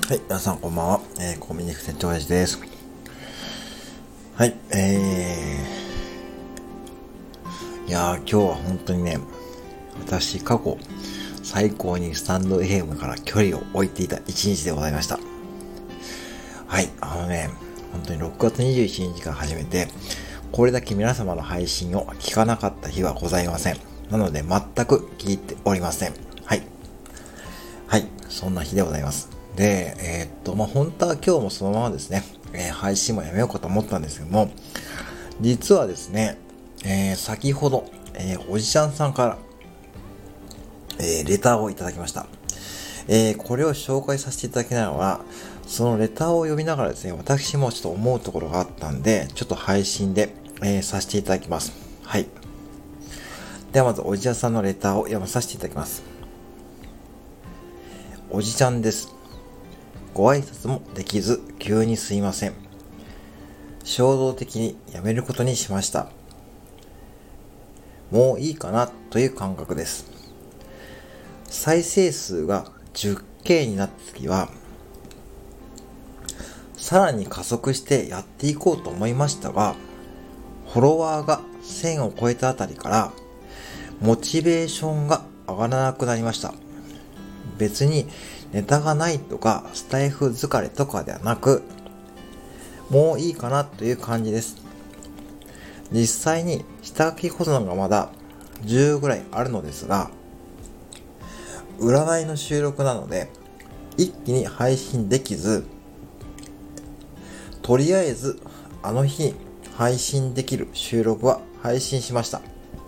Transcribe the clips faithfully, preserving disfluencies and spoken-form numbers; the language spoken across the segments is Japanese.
はい、皆さんこんばんは。えー、コンビニ店長親父です。はい、えー、いやー、今日は本当にね、私過去最高にスタンド エフエム から距離を置いていた一日でございました。はい、あのね、本当にろくがつにじゅういちにちから始めて、これだけ皆様の配信を聞かなかった日はございません。なので全く聞いておりません。はい。はい、そんな日でございます。で、えー、っと、まあ、本当は今日もそのままですね、えー、配信もやめようかと思ったんですけども、実はですね、えー、先ほど、えー、おじちゃんさんから、えー、レターをいただきました。えー、これを紹介させていただきながら、そのレターを読みながらですね、私もちょっと思うところがあったんで、ちょっと配信で、えー、させていただきます。はい。ではまずおじちゃんさんのレターを読まさせていただきます。おじちゃんです。ご挨拶もできず急にすいません。衝動的にやめることにしました。もういいかなという感覚です。再生数が じゅっケー になった時はさらに加速してやっていこうと思いましたが、フォロワーがせんを超えたあたりからモチベーションが上がらなくなりました。別にネタがないとかスタイフ疲れとかではなく、もういいかなという感じです。実際に下書き保存がまだじゅうぐらいあるのですが、占いの収録なので一気に配信できず、とりあえずあの日配信できる収録は配信しました。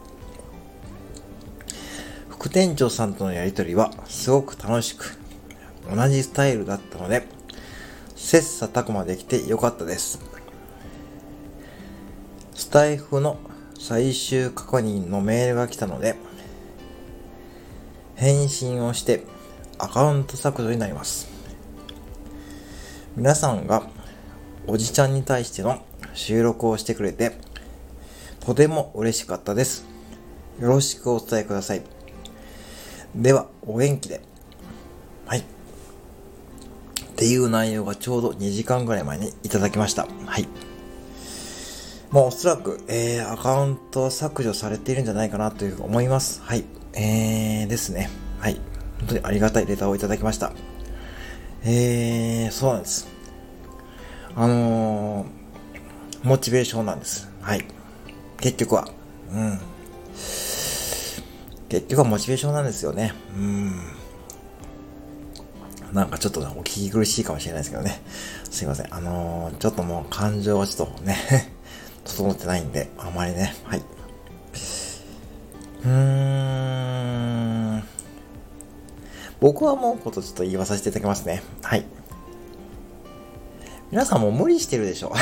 副店長さんとのやりとりはすごく楽しく、同じスタイルだったので切磋琢磨できてよかったです。スタイフの最終確認のメールが来たので返信をしてアカウント削除になります。皆さんがおじちゃんに対しての収録をしてくれてとても嬉しかったです。よろしくお伝えください。ではお元気で。はい。っていう内容がちょうどにじかんぐらい前にいただきました。はい。もうおそらく、えー、アカウント削除されているんじゃないかなという思います。はい。えーですね。はい。本当にありがたいレターをいただきました。えー、そうなんです。あのー、モチベーションなんです。はい。結局は。うん。結局はモチベーションなんですよね。うん。なんかちょっと、ね、お聞き苦しいかもしれないですけどね。すいません。あのー、ちょっともう感情はちょっとね、整ってないんで、あまりね。はい。うーん。僕は思うことちょっと言わさせていただきますね。はい。皆さんもう無理してるでしょ。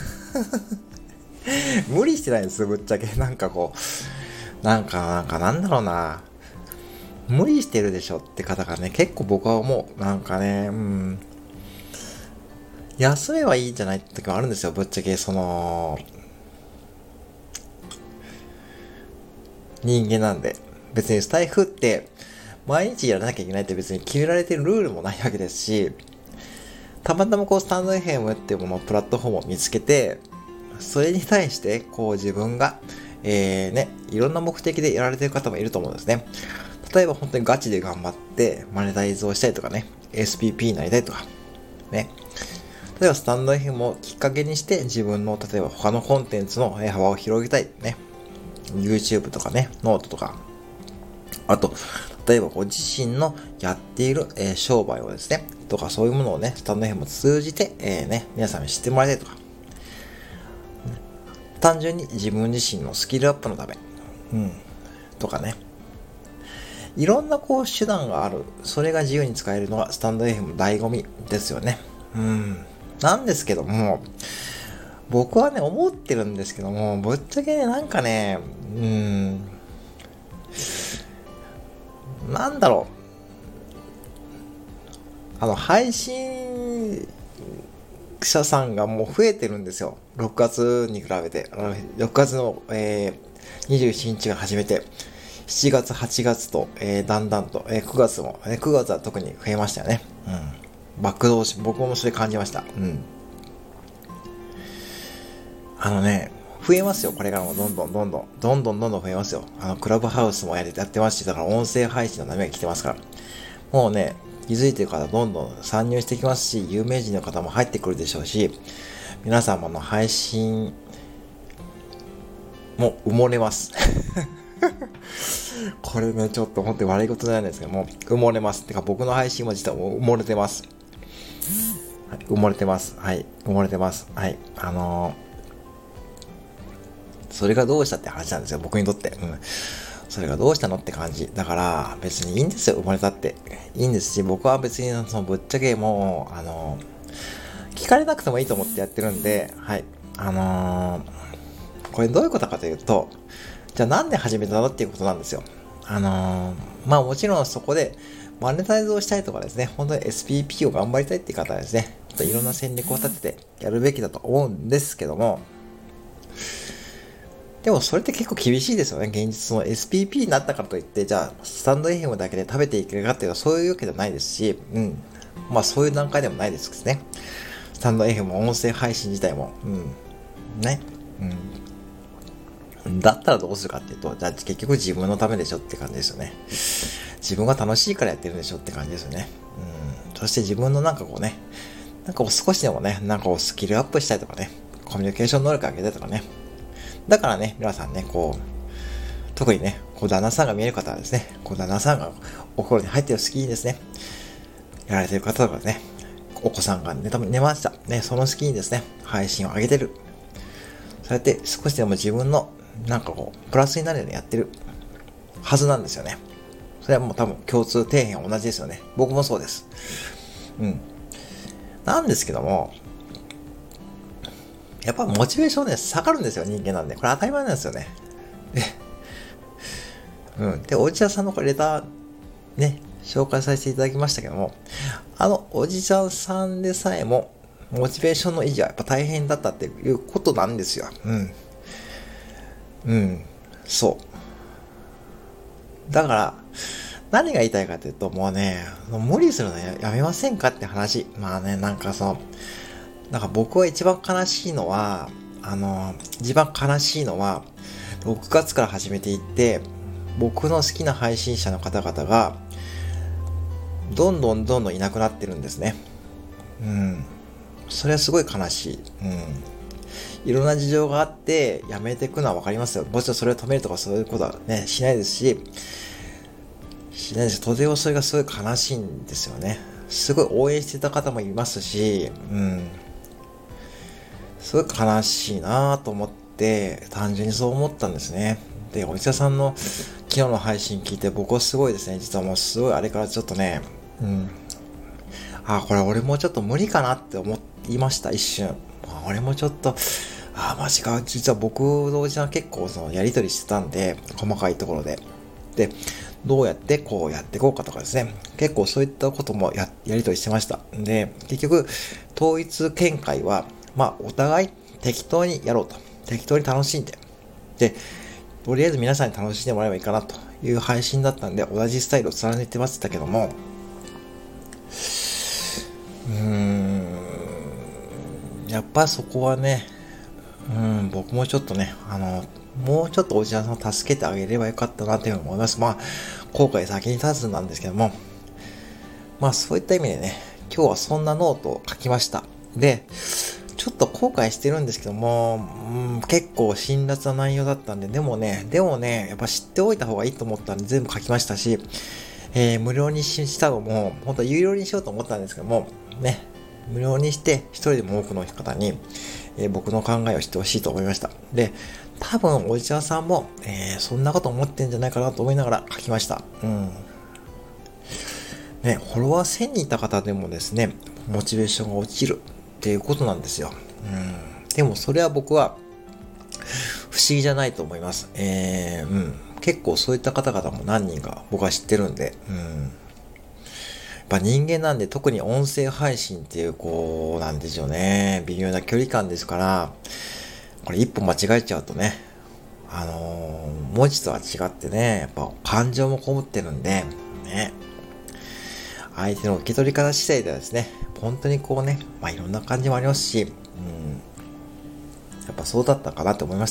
無理してないんです、ぶっちゃけ。なんかこう、なんか、なんかなんだろうな。無理してるでしょって方がね、結構僕は思う。なんかね、うん。休めばいいんじゃないって時もあるんですよ、ぶっちゃけ。その、人間なんで。別にスタイフって、毎日やらなきゃいけないって別に決められてるルールもないわけですし、たまたまこうスタンド エフエム っていうものプラットフォームを見つけて、それに対してこう自分が、えーね、いろんな目的でやられてる方もいると思うんですね。例えば本当にガチで頑張ってマネタイズをしたいとかね、エスピーピー になりたいとか、ね。例えばスタンド エフエム をきっかけにして自分の例えば他のコンテンツの幅を広げたいね。YouTube とかね、ノートとか。あと、例えばご自身のやっている、えー、商売をですね、とかそういうものをね、スタンド エフエム を通じて、えー、ね、皆さんに知ってもらいたいとか。単純に自分自身のスキルアップのため。うん。とかね。いろんなこう手段がある。それが自由に使えるのがスタンド エフエム の醍醐味ですよね。うん。なんですけども、僕はね、思ってるんですけども、ぶっちゃけね、なんかね、うーん、なんだろう。あの、配信者さんがもう増えてるんですよ。ろくがつに比べて。ろくがつの、えー、にじゅうしちにちが始めて、しちがつ、はちがつと、えー、だんだんと、えー、くがつも、えー、くがつは特に増えましたよね。うん。 爆動し、僕もそれ感じました。うん。あのね、増えますよ。これからもどんどんどんどん、どんどんどんどん増えますよ。あの、クラブハウスもやってやってますし、だから音声配信の波が来てますから。もうね、気づいてる方どんどん参入してきますし、有名人の方も入ってくるでしょうし、皆様の配信も埋もれます。これね、ちょっと本当に悪いことなんですけども、埋もれます。てか僕の配信も実は埋もれてます。はい、埋もれてます。はい、埋もれてます。はい、あのー、それがどうしたって話なんですよ、僕にとって。うん。それがどうしたのって感じ。だから、別にいいんですよ、生まれたって。いいんですし、僕は別に、そのぶっちゃけもう、あのー、聞かれなくてもいいと思ってやってるんで、はい。あのー、これどういうことかというと、じゃあなんで始めたのっていうことなんですよ。あのー、まあもちろんそこで、マネタイズをしたいとかですね、本当に エスピーピー を頑張りたいっていう方はですね、いろんな戦略を立ててやるべきだと思うんですけども、でもそれって結構厳しいですよね。現実その エスピーピー になったからといって、じゃあスタンド エフエム だけで食べていけるかっていうのはそういうわけではないですし、うん。まあそういう段階でもないですね。スタンド エフエム も音声配信自体も、うん。ね。うん。だったらどうするかっていうと、じゃあ結局自分のためでしょって感じですよね。自分が楽しいからやってるんでしょって感じですよね。うん。そして自分のなんかこうね、なんかこう少しでもね、なんかこうスキルアップしたいとかね、コミュニケーション能力上げたいとかね。だからね、皆さんね、こう、特にね、こう旦那さんが見える方はですね、こう旦那さんがお風呂に入ってる隙にですね、やられてる方とかね、お子さんが寝た寝ました。ね、その隙にですね、配信を上げてる。そうやって少しでも自分の、なんかこう、プラスになるようにやってるはずなんですよね。それはもう多分共通底辺は同じですよね。僕もそうです。うん。なんですけども、やっぱモチベーションね、下がるんですよ、人間なんで。これ当たり前なんですよね。で、うん。で、おじちゃんさんのレター、ね、紹介させていただきましたけども、あの、おじちゃんさんでさえも、モチベーションの維持はやっぱ大変だったっていうことなんですよ。うん。うん。そう。だから、何が言いたいかというと、もうね、無理するのややめませんかって話。まあね、なんかその、なんか僕は一番悲しいのは、あの、一番悲しいのは、ろくがつから始めていって、僕の好きな配信者の方々が、どんどんどんどんいなくなってるんですね。うん。それはすごい悲しい。うん。いろんな事情があって、やめていくのはわかりますよ。もちろんそれを止めるとかそういうことはね、しないですし、しないです。とてもそれがすごい悲しいんですよね。すごい応援してた方もいますし、うん。すごい悲しいなぁと思って、単純にそう思ったんですね。で、お医者さんの昨日の配信聞いて、僕はすごいですね。実はもうすごいあれからちょっとね、うん。あ、これ俺もうちょっと無理かなって思いました、一瞬。俺もちょっと、あ、マジか。実は僕のおじさん結構そのやりとりしてたんで、細かいところで。で、どうやってこうやっていこうかとかですね。結構そういったこともや、やりとりしてました。で、結局、統一見解は、まあ、お互い適当にやろうと。適当に楽しんで。で、とりあえず皆さんに楽しんでもらえばいいかなという配信だったんで、同じスタイルを貫いてましたけども、うーん、やっぱそこはね、うん、僕もちょっとね、あの、もうちょっとおじさんを助けてあげればよかったなというふうに思います。まあ、後悔先に立つなんですけども、まあそういった意味でね、今日はそんなノートを書きました。で、ちょっと後悔してるんですけども、うん、結構辛辣な内容だったんで、でもね、でもね、やっぱ知っておいた方がいいと思ったんで全部書きましたし、えー、無料にしたのも、本当は有料にしようと思ったんですけども、ね、無料にして一人でも多くの方に、えー、僕の考えを知ってほしいと思いました。で、多分おじちゃんさんも、えー、そんなこと思ってんじゃないかなと思いながら書きました。うん。ね、フォロワーせんにんいた方でもですね、モチベーションが落ちるっていうことなんですよ。うん。でもそれは僕は不思議じゃないと思います。えー、うん。結構そういった方々も何人か僕は知ってるんで、うん。やっぱ人間なんで特に音声配信っていうこうなんでしょうね。微妙な距離感ですから、これ一歩間違えちゃうとね、あのー、文字とは違ってね、やっぱ感情もこもってるんで、ね。相手の受け取り方次第ではですね、 本当にこうね、まあいろんな感じもありますし、うん、やっぱそうだったかなと思いました。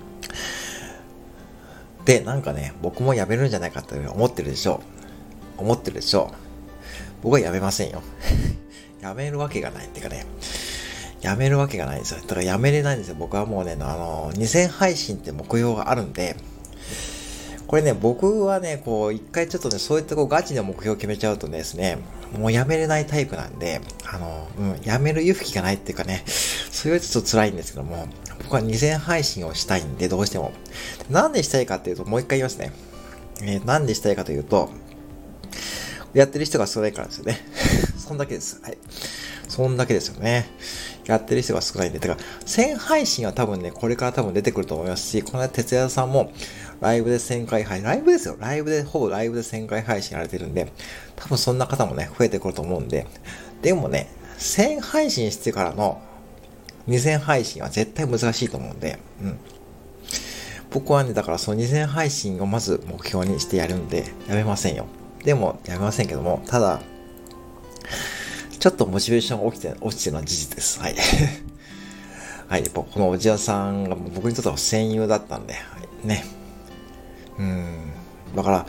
で、なんかね、僕も辞めるんじゃないかって思ってるでしょう。思ってるでしょう。僕は辞めませんよ。辞めるわけがないっていうかね、辞めるわけがないんですよ。だから辞めれないんですよ。僕はもうね、あの、にせん配信って目標があるんで、これね、僕はね、こう、一回ちょっとね、そういったこうガチな目標を決めちゃうとですね、もう辞めれないタイプなんで、あの、うん、辞める勇気がないっていうかね、それはちょっと辛いんですけども、僕はにせん配信をしたいんで、どうしても。なんでしたいかっていうと、もう一回言いますね。えー、なんでしたいかというと、やってる人が少ないからですよね。そんだけです。はい。そんだけですよね。やってる人が少ないんで。だから、せん配信は多分ね、これから多分出てくると思いますし、この間、哲也さんも、ライブでせんかい配信、ライブですよ。ライブで、ほぼライブでせんかい配信やられてるんで、多分そんな方もね、増えてくると思うんで、でもね、せん配信してからのにせん配信は絶対難しいと思うんで、うん。僕はね、だからそのにせん配信をまず目標にしてやるんで、やめませんよ。でも、やめませんけども、ただ、ちょっとモチベーションが起きて、落ちてるのは事実です。はい。はい。このおじやさんが僕にとっては戦友だったんで、はい、ね。うーん。だから、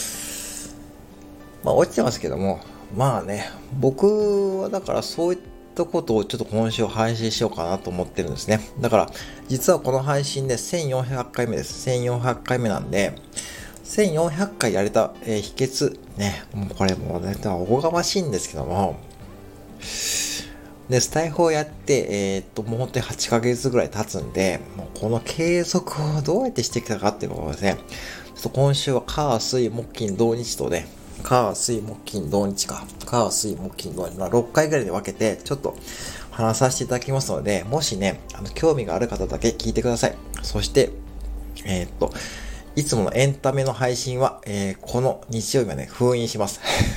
まあ落ちてますけども、まあね、僕はだからそういったことをちょっと今週配信しようかなと思ってるんですね。だから、実はこの配信でせんよんひゃっかいめです。せんよんひゃっかいめなんで、せんよんひゃっかいやれた、えー、秘訣、ね、もうこれもうね、おこがましいんですけども、で、スタイフをやって、えー、っと、もう本当にはちかげつぐらい経つんで、もうこの継続をどうやってしてきたかっていうことをですね、ちょっと今週は火、水、木、金、土日とね、火、水、木、金、土日か、火、水、木、金、土日、まあろっかいぐらいに分けて、ちょっと話させていただきますので、もしね、あの、興味がある方だけ聞いてください。そして、えー、っと、いつものエンタメの配信は、えー、この日曜日はね、封印します。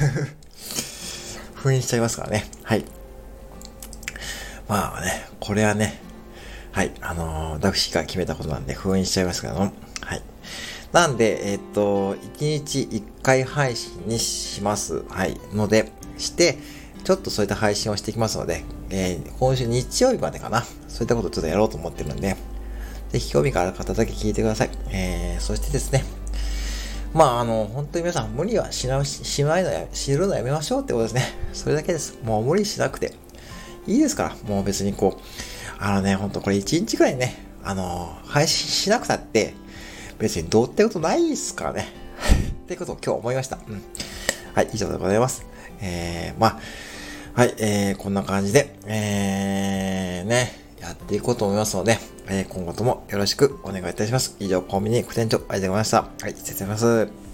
封印しちゃいますからね。はい。まあね、これはね、はい、あのー、私が決めたことなんで封印しちゃいますけども、はい。なんで、えー、っと、いちにちいっかい配信にします。はい。ので、して、ちょっとそういった配信をしていきますので、えー、今週日曜日までかな。そういったことをちょっとやろうと思ってるんで、ぜひ興味がある方だけ聞いてください。えー、そしてですね、まあ、あの、本当に皆さん無理はしな、しないのや、知るのやめましょうってことですね。それだけです。もう無理しなくていいですから、もう別にこう、あのね、ほんとこれいちにちくらいね、あのー、配信しなくたって、別にどうってことないですからね。ってことを今日思いました。うん。はい、以上でございます。えー、まあ、はい、えー、こんな感じで、えー、ね、やっていこうと思いますので、えー、今後ともよろしくお願いいたします。以上、コンビニ副店長、ありがとうございました。はい、失礼します。